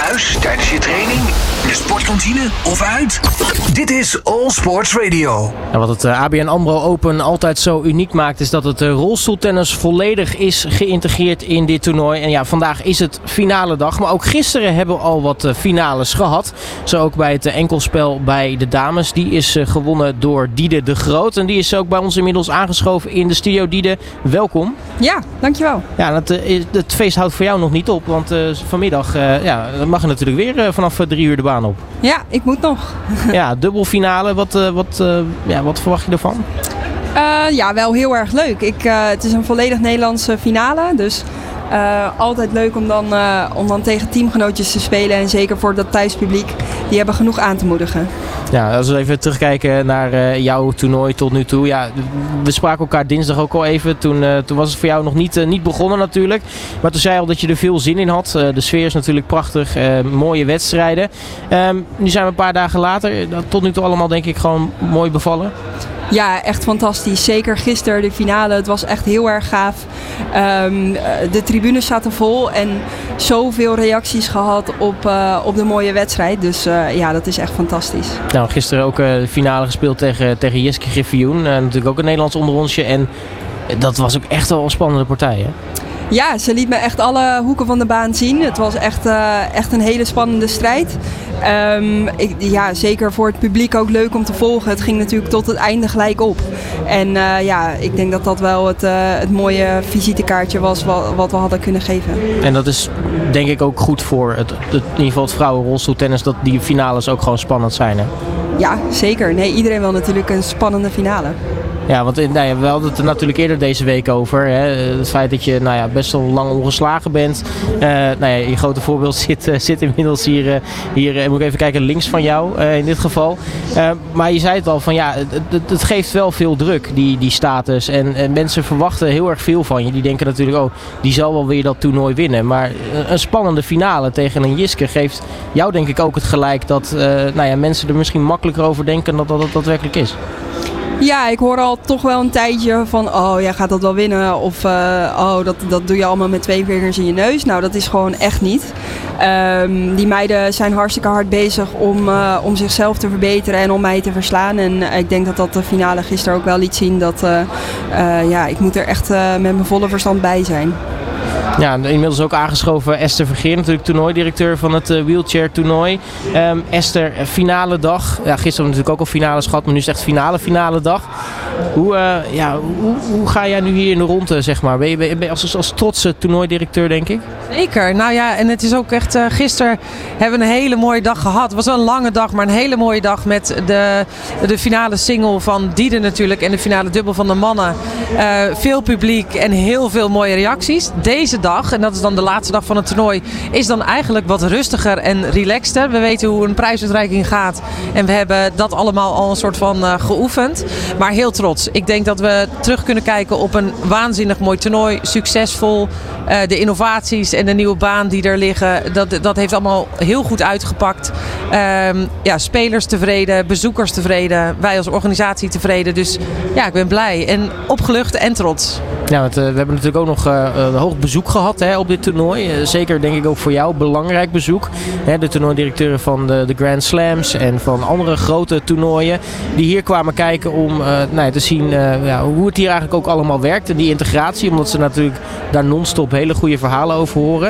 Thuis, tijdens je training, in de sportkantine of uit? Dit is All Sports Radio. En wat het ABN AMRO Open altijd zo uniek maakt is dat het rolstoeltennis volledig is geïntegreerd in dit toernooi. En ja, vandaag is het finale dag. Maar ook gisteren hebben we al wat finales gehad. Zo ook bij het enkelspel bij de dames. Die is gewonnen door Diede de Groot. En die is ook bij ons inmiddels aangeschoven in de studio. Diede, welkom. Ja, dankjewel. Ja, het feest houdt voor jou nog niet op. Want vanmiddag mag je natuurlijk weer vanaf 3 uur de baan op. Ja, ik moet nog. Ja, dubbelfinale. Wat verwacht je ervan? Ja, wel heel erg leuk. Het is een volledig Nederlandse finale. Dus altijd leuk om dan tegen teamgenootjes te spelen. En zeker voor dat thuispubliek. Die hebben genoeg aan te moedigen. Ja, als we even terugkijken naar jouw toernooi tot nu toe. Ja, we spraken elkaar dinsdag ook al even. Toen was het voor jou nog niet begonnen natuurlijk. Maar toen zei je al dat je er veel zin in had. De sfeer is natuurlijk prachtig. Mooie wedstrijden. Nu zijn we een paar dagen later. Tot nu toe allemaal denk ik gewoon mooi bevallen. Ja, echt fantastisch. Zeker gisteren de finale. Het was echt heel erg gaaf. De tribunes zaten vol en zoveel reacties gehad op de mooie wedstrijd. Dus ja, dat is echt fantastisch. Nou, gisteren ook de finale gespeeld tegen Jiske Griffioen. Natuurlijk ook een Nederlands onderonsje. En dat was ook echt wel een spannende partij, hè? Ja, ze liet me echt alle hoeken van de baan zien. Het was echt een hele spannende strijd. Zeker voor het publiek ook leuk om te volgen. Het ging natuurlijk tot het einde gelijk op. En ik denk dat dat wel het mooie visitekaartje was wat we hadden kunnen geven. En dat is denk ik ook goed voor in ieder geval het vrouwenrolstoeltennis, dat die finales ook gewoon spannend zijn, hè? Ja, zeker. Nee, iedereen wil natuurlijk een spannende finale. Ja, want we hadden het er natuurlijk eerder deze week over. Hè? Het feit dat je best wel lang ongeslagen bent. Je grote voorbeeld zit inmiddels hier moet ik even kijken, links van jou in dit geval. Maar je zei het al, van ja, het geeft wel veel druk, die status. En mensen verwachten heel erg veel van je. Die denken natuurlijk, die zal wel weer dat toernooi winnen. Maar een spannende finale tegen een Jiske geeft jou denk ik ook het gelijk dat mensen er misschien makkelijker over denken dan dat het daadwerkelijk is. Ja, ik hoor al toch wel een tijdje van, jij gaat dat wel winnen. Of, dat doe je allemaal met 2 vingers in je neus. Nou, dat is gewoon echt niet. Die meiden zijn hartstikke hard bezig om zichzelf te verbeteren en om mij te verslaan. En ik denk dat de finale gisteren ook wel liet zien dat ik moet er echt met mijn volle verstand bij zijn. Ja, inmiddels ook aangeschoven Esther Vergeer, natuurlijk toernooidirecteur van het wheelchair toernooi. Esther, finale dag. Ja, gisteren hebben we natuurlijk ook al finales gehad, maar nu is het echt finale dag. Hoe ga jij nu hier in de ronde, zeg maar? Ben je als trotse toernooidirecteur, denk ik? Zeker. Nou ja, en het is ook echt, gisteren hebben we een hele mooie dag gehad. Het was wel een lange dag, maar een hele mooie dag met de finale single van Diede natuurlijk en de finale dubbel van de mannen. Veel publiek en heel veel mooie reacties. Deze dag, en dat is dan de laatste dag van het toernooi, is dan eigenlijk wat rustiger en relaxter. We weten hoe een prijsuitreiking gaat en we hebben dat allemaal al een soort van geoefend. Maar heel trots. Ik denk dat we terug kunnen kijken op een waanzinnig mooi toernooi. Succesvol. De innovaties en de nieuwe baan die er liggen, dat heeft allemaal heel goed uitgepakt. Spelers tevreden, bezoekers tevreden, wij als organisatie tevreden. Dus ja, ik ben blij en opgelucht en trots. Ja, want we hebben natuurlijk ook nog hoog bezoek gehad op dit toernooi. Zeker denk ik ook voor jou belangrijk bezoek. De toernooidirecteuren van de Grand Slams en van andere grote toernooien die hier kwamen kijken om te zien hoe het hier eigenlijk ook allemaal werkt. En die integratie, omdat ze natuurlijk daar non-stop hele goede verhalen over horen.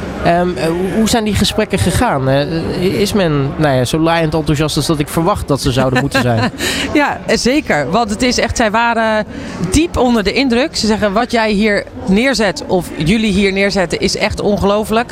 Hoe zijn die gesprekken gegaan? Is men zo laaiend enthousiast als dat ik verwacht dat ze zouden moeten zijn? Ja, zeker. Want het is echt, zij waren diep onder de indruk. Ze zeggen, wat jij hier neerzet of jullie hier neerzetten is echt ongelooflijk.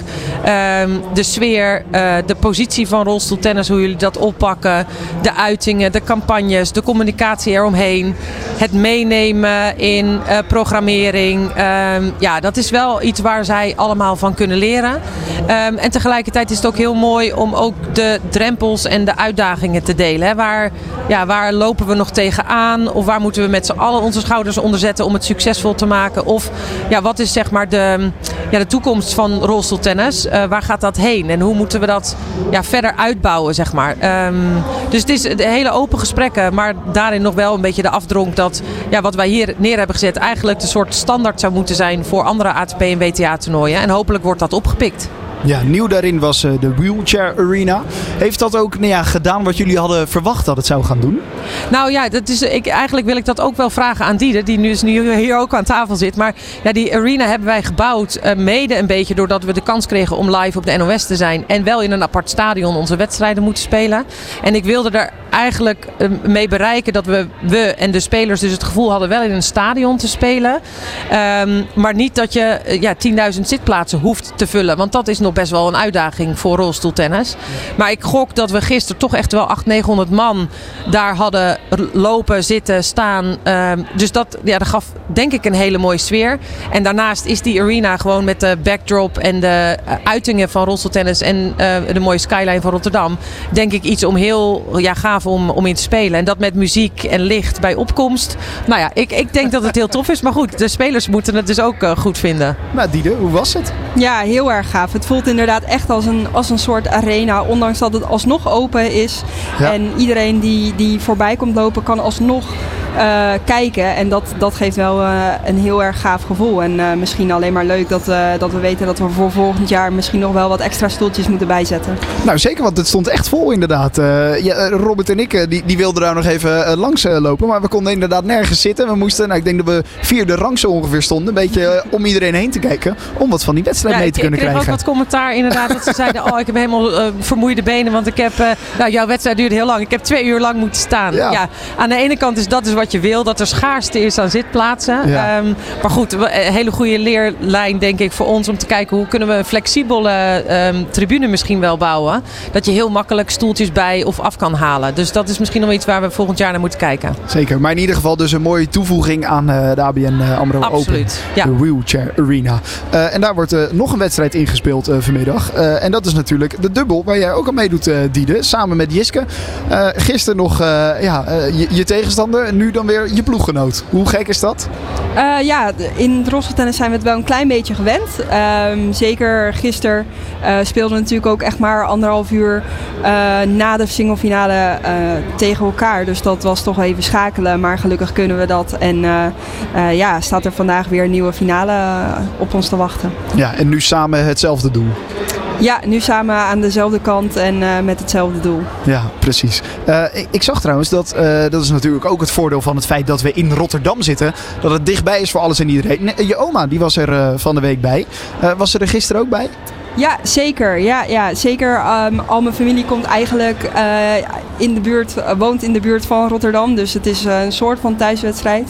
De sfeer, de positie van rolstoeltennis, hoe jullie dat oppakken. De uitingen, de campagnes, de communicatie eromheen. Het meenemen in programmering. Dat is wel iets waar zij allemaal van kunnen leren. En tegelijkertijd is het ook heel mooi om ook de drempels en de uitdagingen te delen. Hè. Waar lopen we nog tegenaan? Of waar moeten we met z'n allen onze schouders onder zetten om het succesvol te maken? Of wat is zeg maar de toekomst van rolstoeltennis? Waar gaat dat heen? En hoe moeten we dat verder uitbouwen, zeg maar? Dus het is hele open gesprekken, maar daarin nog wel een beetje de afdronk dat wat wij hier neer hebben gezet eigenlijk de soort standaard zou moeten zijn voor andere ATP en WTA toernooien. En hopelijk wordt dat opgepikt. Ja, nieuw daarin was de Wheelchair Arena. Heeft dat ook gedaan wat jullie hadden verwacht dat het zou gaan doen? Nou ja, eigenlijk wil ik dat ook wel vragen aan Diede, die nu hier ook aan tafel zit. Maar ja, die arena hebben wij gebouwd mede een beetje doordat we de kans kregen om live op de NOS te zijn. En wel in een apart stadion onze wedstrijden moeten spelen. En ik wilde er eigenlijk mee bereiken dat we en de spelers dus het gevoel hadden wel in een stadion te spelen. Maar niet dat je 10.000 zitplaatsen hoeft te vullen. Want dat is nog best wel een uitdaging voor rolstoeltennis. Maar ik gok dat we gisteren toch echt wel 800-900 man daar hadden lopen, zitten, staan. Dus dat gaf denk ik een hele mooie sfeer. En daarnaast is die arena gewoon met de backdrop en de uitingen van rolstoeltennis en de mooie skyline van Rotterdam. Denk ik iets om heel gaaf om in te spelen. En dat met muziek en licht bij opkomst. Nou ja, ik denk dat het heel tof is. Maar goed, de spelers moeten het dus ook goed vinden. Nou Diede, hoe was het? Ja, heel erg gaaf. Het voelt inderdaad echt als een soort arena. Ondanks dat het alsnog open is. Ja. En iedereen die voorbij komt lopen kan alsnog kijken. En dat geeft wel een heel erg gaaf gevoel. En misschien alleen maar leuk dat we weten dat we voor volgend jaar misschien nog wel wat extra stoeltjes moeten bijzetten. Nou zeker, want het stond echt vol inderdaad. Robert en ik die wilden daar nog even langs lopen. Maar we konden inderdaad nergens zitten. We moesten, ik denk dat we 4e rang zo ongeveer stonden. Een beetje om iedereen heen te kijken. Om wat van die wedstrijd mee te kunnen krijgen. Ik kreeg ook wat commentaar inderdaad. Dat ze zeiden, ik heb helemaal vermoeide benen. Want ik heb, jouw wedstrijd duurde heel lang. Ik heb 2 uur lang moeten staan. Ja, aan de ene kant is dat dus wat je wil. Dat er schaarste is aan zitplaatsen. Ja. Maar goed, een hele goede leerlijn denk ik voor ons. Om te kijken hoe kunnen we een flexibele tribune misschien wel bouwen. Dat je heel makkelijk stoeltjes bij of af kan halen. Dus dat is misschien nog iets waar we volgend jaar naar moeten kijken. Zeker, maar in ieder geval dus een mooie toevoeging aan de ABN AMRO Open. Ja. De Wheelchair Arena. En daar wordt nog een wedstrijd ingespeeld vanmiddag. En dat is natuurlijk de dubbel waar jij ook aan meedoet, Diede. Samen met Jiske. Gisteren nog je tegenstander. Nu dan weer je ploeggenoot. Hoe gek is dat? In het rolstoeltennis zijn we het wel een klein beetje gewend. Zeker gisteren speelden we natuurlijk ook echt maar 1,5 uur na de singlefinale tegen elkaar. Dus dat was toch even schakelen. Maar gelukkig kunnen we dat. En staat er vandaag weer een nieuwe finale op ons te wachten. Ja, en nu samen hetzelfde doel. Ja, nu samen aan dezelfde kant en met hetzelfde doel. Ja, precies. Ik zag trouwens dat is natuurlijk ook het voordeel van het feit dat we in Rotterdam zitten. Dat het dichtbij is voor alles en iedereen. Je oma, die was er van de week bij. Was ze er gisteren ook bij? Ja, zeker. Ja, zeker. Al mijn familie komt eigenlijk woont in de buurt van Rotterdam. Dus het is een soort van thuiswedstrijd.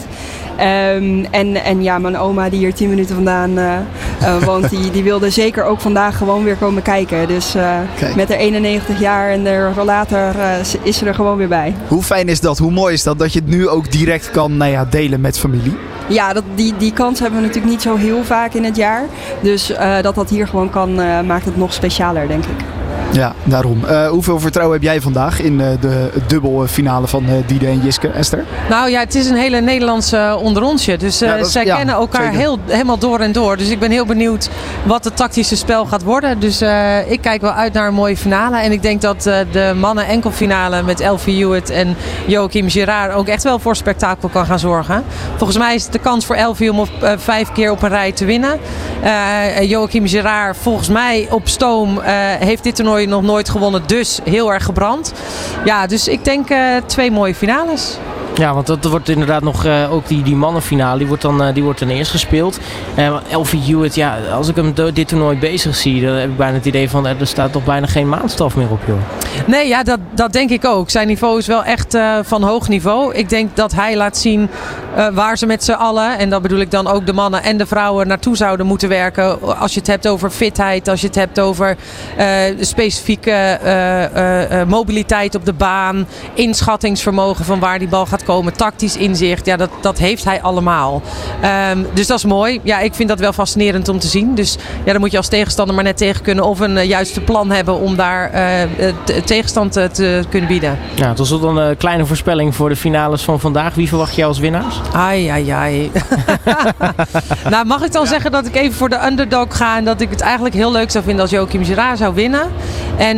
Mijn oma die hier 10 minuten vandaan woont, die wilde zeker ook vandaag gewoon weer komen kijken. Dus met haar 91 jaar en de rollator is ze er gewoon weer bij. Hoe fijn is dat? Hoe mooi is dat je het nu ook direct kan delen met familie? Ja, die kans hebben we natuurlijk niet zo heel vaak in het jaar. Dus dat hier gewoon kan, maakt het nog specialer, denk ik. Ja, daarom. Hoeveel vertrouwen heb jij vandaag in de dubbelfinale van Diede en Jiske, Esther? Nou ja, het is een hele Nederlandse onderonsje. Dus zij kennen elkaar helemaal door en door. Dus ik ben heel benieuwd wat het tactische spel gaat worden. Dus ik kijk wel uit naar een mooie finale. En ik denk dat de mannen enkelfinale met Elfie Hewitt en Joachim Girard ook echt wel voor spektakel kan gaan zorgen. Volgens mij is het de kans voor Elfie om 5 keer op een rij te winnen. Joachim Girard volgens mij op stoom heeft dit toernooi nog nooit gewonnen, dus heel erg gebrand. Ja, dus ik denk 2 mooie finales. Ja, want dat wordt inderdaad nog ook die mannenfinale. Die wordt dan eerst gespeeld. Elfie Hewitt, als ik hem dit toernooi bezig zie, dan heb ik bijna het idee van er staat toch bijna geen maatstaf meer op, joh. Nee, ja, dat denk ik ook. Zijn niveau is wel echt van hoog niveau. Ik denk dat hij laat zien waar ze met z'n allen, en dat bedoel ik dan ook de mannen en de vrouwen, naartoe zouden moeten werken. Als je het hebt over fitheid, als je het hebt over specifieke mobiliteit op de baan, inschattingsvermogen van waar die bal gaat komen, tactisch inzicht, dat heeft hij allemaal. Dus dat is mooi. Ja, ik vind dat wel fascinerend om te zien. Dus dan moet je als tegenstander maar net tegen kunnen of een juiste plan hebben om daar tegenstand te kunnen bieden. Ja, tot slot dan een kleine voorspelling voor de finales van vandaag. Wie verwacht jij als winnaars? Ai. Nou, mag ik dan zeggen dat ik even voor de underdog ga en dat ik het eigenlijk heel leuk zou vinden als Joachim Girard zou winnen. En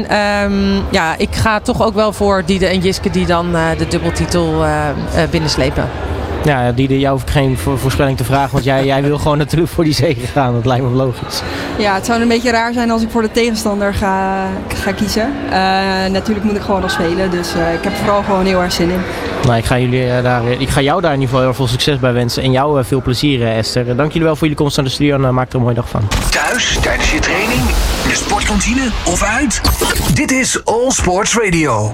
ik ga toch ook wel voor Diede en Jiske die dan de dubbeltitel binnenslepen. Ja, Diede, jou hoef ik geen voorspelling te vragen, want jij wil gewoon natuurlijk voor die zege gaan. Dat lijkt me logisch. Ja, het zou een beetje raar zijn als ik voor de tegenstander ga kiezen. Natuurlijk moet ik gewoon nog spelen, dus ik heb er vooral gewoon heel erg zin in. Nou, ik ga jou daar in ieder geval heel veel succes bij wensen en jou veel plezier, Esther. Dank jullie wel voor jullie komst naar de studio en maak er een mooie dag van. Thuis, tijdens je training, de sportkantine of uit? Dit is All Sports Radio.